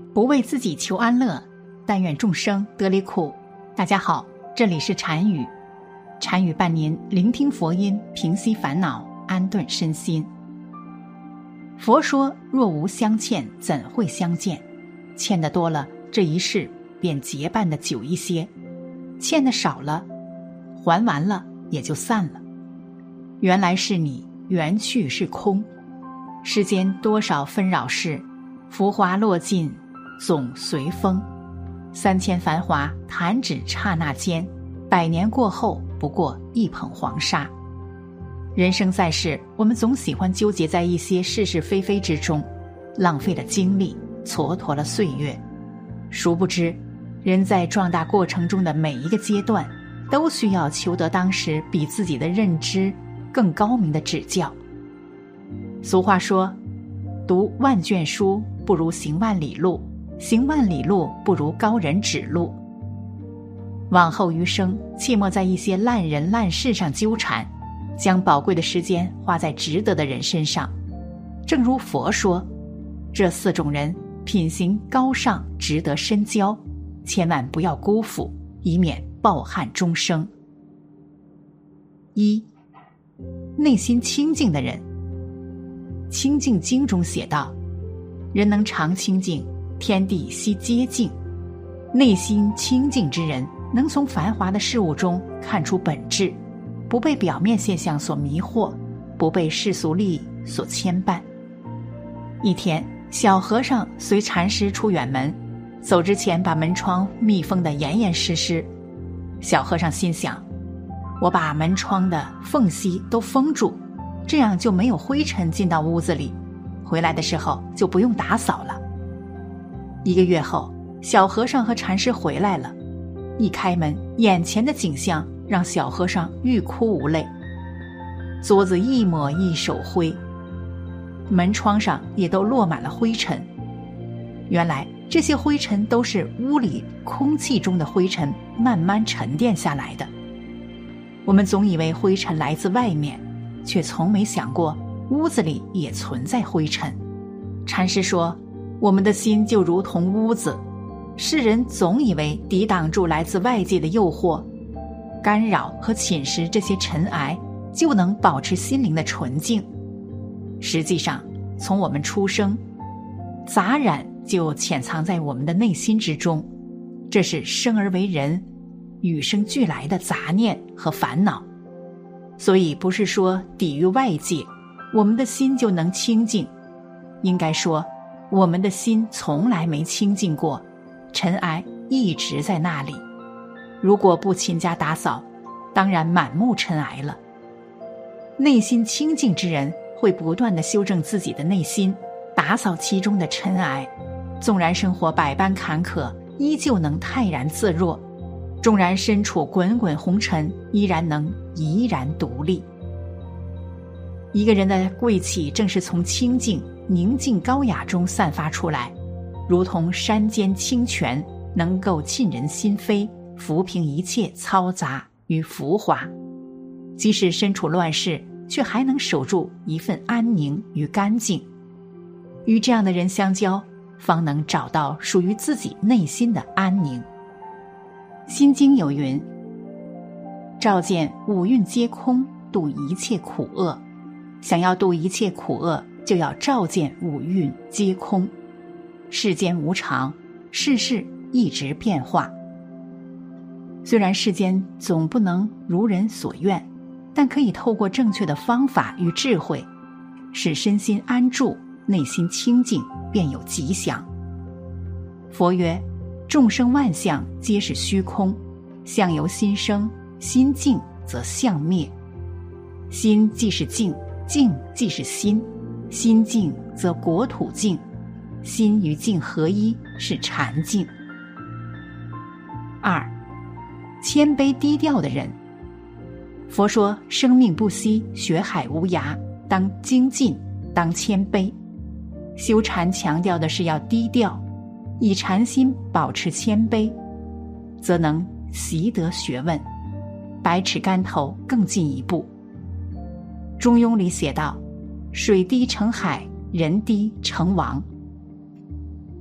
不为自己求安乐，但愿众生得离苦。大家好，这里是禅语，禅语伴您聆听佛音，平息烦恼，安顿身心。佛说，若无相欠，怎会相见？欠的多了，这一世便结伴的久一些；欠的少了，还完了也就散了。缘来是你，缘去是空。世间多少纷扰事，浮华落尽，总随风。3000繁华，弹指刹那间，100年过后，不过一捧黄沙。人生在世，我们总喜欢纠结在一些是是非非之中，浪费了精力，蹉跎了岁月。殊不知，人在壮大过程中的每一个阶段，都需要求得当时比自己的认知更高明的指教。俗话说，读万卷书不如行万里路，行万里路不如高人指路。往后余生，切莫在一些烂人烂事上纠缠，将宝贵的时间花在值得的人身上。正如佛说，这4种人品行高尚，值得深交，千万不要辜负，以免抱憾终生。1. 内心清净的人。清净经中写道，人能常清净，天地悉皆净。内心清净之人，能从繁华的事物中看出本质，不被表面现象所迷惑，不被世俗利益所牵绊。一天，小和尚随禅师出远门，走之前把门窗密封得严严实实。小和尚心想，我把门窗的缝隙都封住，这样就没有灰尘进到屋子里，回来的时候就不用打扫了。1个月后，小和尚和禅师回来了，一开门，眼前的景象让小和尚欲哭无泪。桌子一抹一手灰，门窗上也都落满了灰尘。原来这些灰尘都是屋里空气中的灰尘慢慢沉淀下来的。我们总以为灰尘来自外面，却从没想过屋子里也存在灰尘。禅师说，我们的心就如同屋子，世人总以为抵挡住来自外界的诱惑，干扰和侵蚀这些尘埃，就能保持心灵的纯净。实际上，从我们出生，杂染就潜藏在我们的内心之中，这是生而为人与生俱来的杂念和烦恼。所以不是说抵御外界，我们的心就能清净，应该说我们的心从来没清净过，尘埃一直在那里。如果不勤加打扫，当然满目尘埃了。内心清净之人会不断地修正自己的内心，打扫其中的尘埃，纵然生活百般坎坷，依旧能泰然自若，纵然身处滚滚红尘，依然能怡然独立。一个人的贵气正是从清净、宁静、高雅中散发出来，如同山间清泉，能够沁人心扉，抚平一切嘈杂与浮华。即使身处乱世，却还能守住一份安宁与干净。与这样的人相交，方能找到属于自己内心的安宁。心经有云，照见五蕴皆空，度一切苦厄。想要度一切苦厄，就要照见五蕴皆空。世间无常，世事一直变化。虽然世间总不能如人所愿，但可以透过正确的方法与智慧，使身心安住，内心清净，便有吉祥。佛曰，众生万象皆是虚空，相由心生，心净则相灭。心即是静，静即是心，心静则国土静，心与静合一，是禅静。2. 谦卑低调的人。佛说，生命不息，学海无涯，当精进，当谦卑。修禅强调的是要低调，以禅心保持谦卑，则能习得学问，百尺竿头更进一步。中庸里写道，水低成海，人低成王。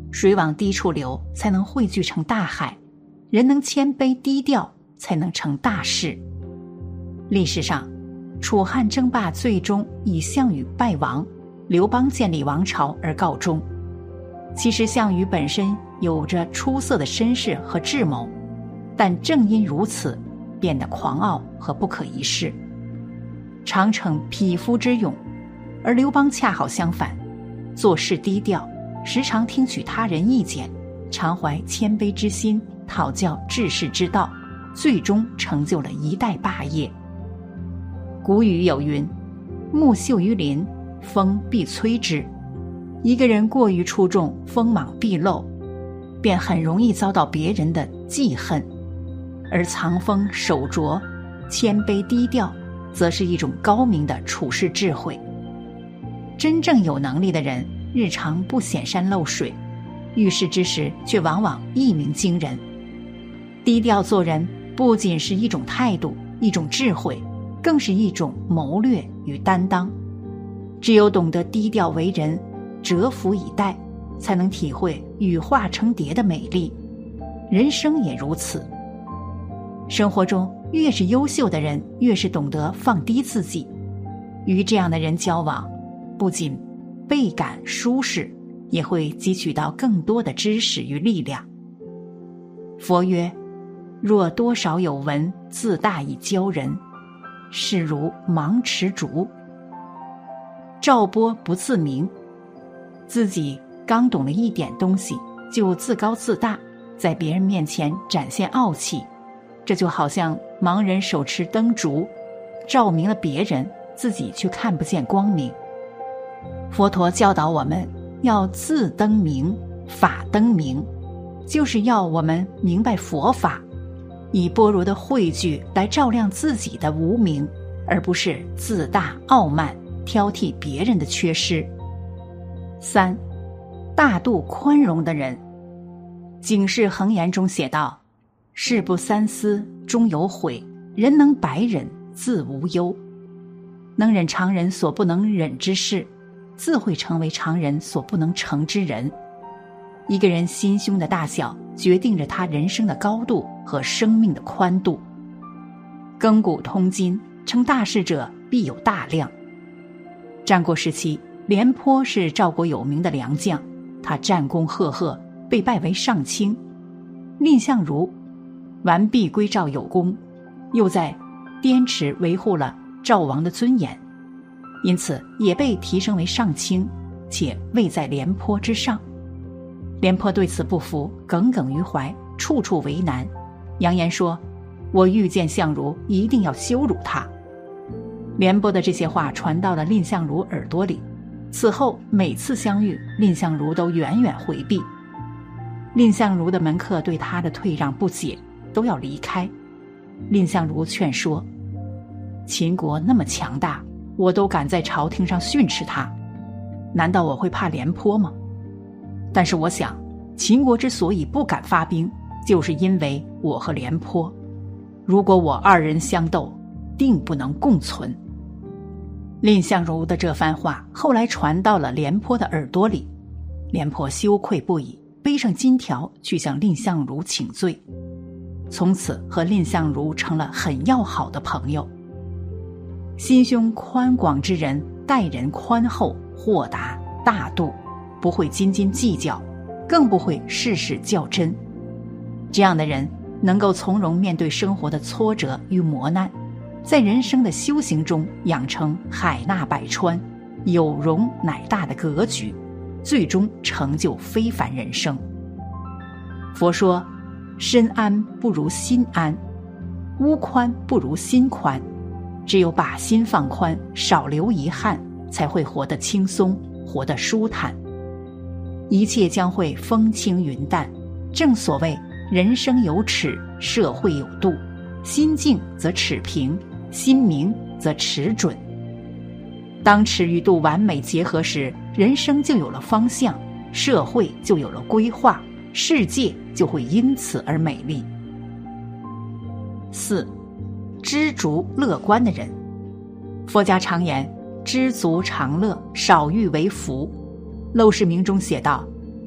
水往低处流，才能汇聚成大海；人能谦卑低调，才能成大事。历史上，楚汉争霸最终以项羽败亡、刘邦建立王朝而告终。其实项羽本身有着出色的身世和智谋，但正因如此，变得狂傲和不可一世，常逞匹夫之勇；而刘邦恰好相反，做事低调，时常听取他人意见，常怀谦卑之心，讨教治世之道，最终成就了一代霸业。古语有云：木秀于林，风必摧之。一个人过于出众，锋芒毕露，便很容易遭到别人的记恨；而藏锋守拙、谦卑低调，则是一种高明的处世智慧。真正有能力的人，日常不显山露水，遇事之时却往往一鸣惊人。低调做人不仅是一种态度、一种智慧，更是一种谋略与担当。只有懂得低调为人，蛰伏以待，才能体会羽化成蝶的美丽。人生也如此。生活中越是优秀的人，越是懂得放低自己。与这样的人交往，不仅倍感舒适，也会汲取到更多的知识与力量。佛曰：若多少有闻，自大以教人，是如芒持竹。赵波不自明，自己刚懂了一点东西就自高自大，在别人面前展现傲气，这就好像盲人手持灯烛，照明了别人，自己却看不见光明。佛陀教导我们要自灯明，法灯明，就是要我们明白佛法，以般若的慧具来照亮自己的无明，而不是自大傲慢，挑剔别人的缺失。3. 大度宽容的人。警世恒言中写道：事不三思，终有悔；人能百忍，自无忧。能忍常人所不能忍之事，自会成为常人所不能成之人。一个人心胸的大小，决定着他人生的高度和生命的宽度。亘古通今，成大事者必有大量。战国时期，廉颇是赵国有名的良将，他战功赫赫，被拜为上卿。蔺相如完璧归赵有功，又在滇池维护了赵王的尊严，因此也被提升为上卿，且位在廉颇之上。廉颇对此不服，耿耿于怀，处处为难，扬言说：我遇见相如，一定要羞辱他。廉颇的这些话传到了蔺相如耳朵里，此后每次相遇，蔺相如都远远回避。蔺相如的门客对他的退让不解，都要离开。蔺相如劝说：秦国那么强大，我都敢在朝廷上训斥他，难道我会怕廉颇吗？但是我想，秦国之所以不敢发兵，就是因为我和廉颇，如果我二人相斗，定不能共存。蔺相如的这番话后来传到了廉颇的耳朵里，廉颇羞愧不已，背上金条去向蔺相如请罪，从此和蔺相如成了很要好的朋友。心胸宽广之人，待人宽厚、豁达、大度，不会斤斤计较，更不会事事较真。这样的人能够从容面对生活的挫折与磨难，在人生的修行中养成海纳百川、有容乃大的格局，最终成就非凡人生。佛说：身安不如心安，屋宽不如心宽。只有把心放宽，少留遗憾，才会活得轻松，活得舒坦。一切将会风轻云淡。正所谓人生有尺，社会有度，心静则尺平，心明则尺准。当尺与度完美结合时，人生就有了方向，社会就有了规划，世界就会因此而美丽。4. 知足乐观的人。佛家常言：知足常乐，少欲为福。陋室铭中写道：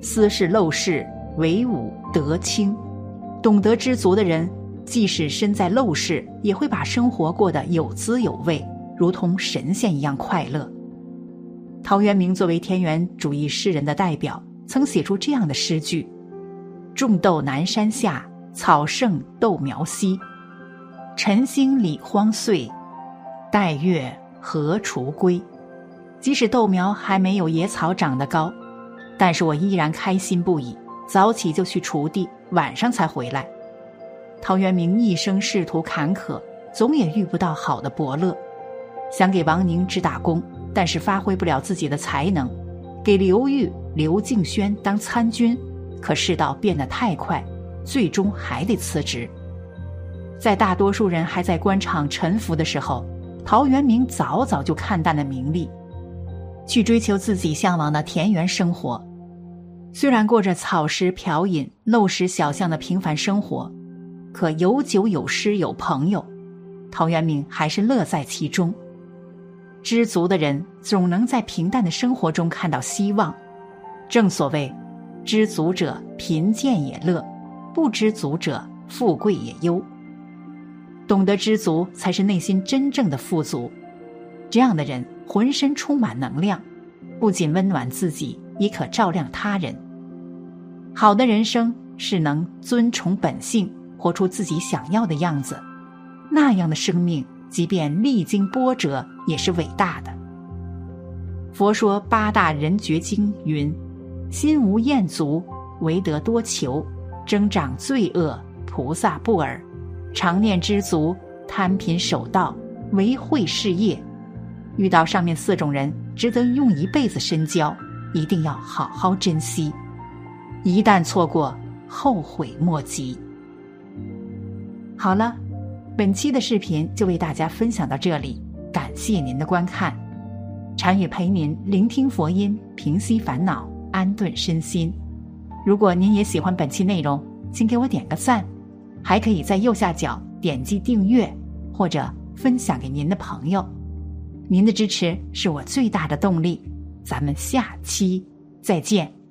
斯是陋室，惟吾德清。懂得知足的人，即使身在陋室，也会把生活过得有滋有味，如同神仙一样快乐。陶渊明作为田园主义诗人的代表，曾写出这样的诗句：种豆南山下，草盛豆苗稀。晨兴理荒岁，待月荷锄归。即使豆苗还没有野草长得高，但是我依然开心不已，早起就去锄地，晚上才回来。陶渊明一生仕途坎坷，总也遇不到好的伯乐，想给王凝之打工，但是发挥不了自己的才能，给刘裕、刘敬轩当参军，可世道变得太快，最终还得辞职。在大多数人还在官场沉浮的时候，陶渊明早早就看淡了名利，去追求自己向往的田园生活。虽然过着草食瓢饮、陋室小巷的平凡生活，可有酒有诗有朋友，陶渊明还是乐在其中。知足的人总能在平淡的生活中看到希望。正所谓，知足者贫贱也乐，不知足者富贵也忧。懂得知足，才是内心真正的富足。这样的人浑身充满能量，不仅温暖自己，也可照亮他人。好的人生是能遵从本性，活出自己想要的样子，那样的生命即便历经波折也是伟大的。佛说八大人觉经云：心无厌足，唯得多求，增长罪恶，菩萨不尔。常念知足，贪贫守道，为惠事业。遇到上面4种人，值得用一辈子深交，一定要好好珍惜，一旦错过，后悔莫及。好了，本期的视频就为大家分享到这里，感谢您的观看。禅语陪您聆听佛音，平息烦恼，安顿身心。如果您也喜欢本期内容，请给我点个赞，还可以在右下角点击订阅，或者分享给您的朋友。您的支持是我最大的动力。咱们下期再见。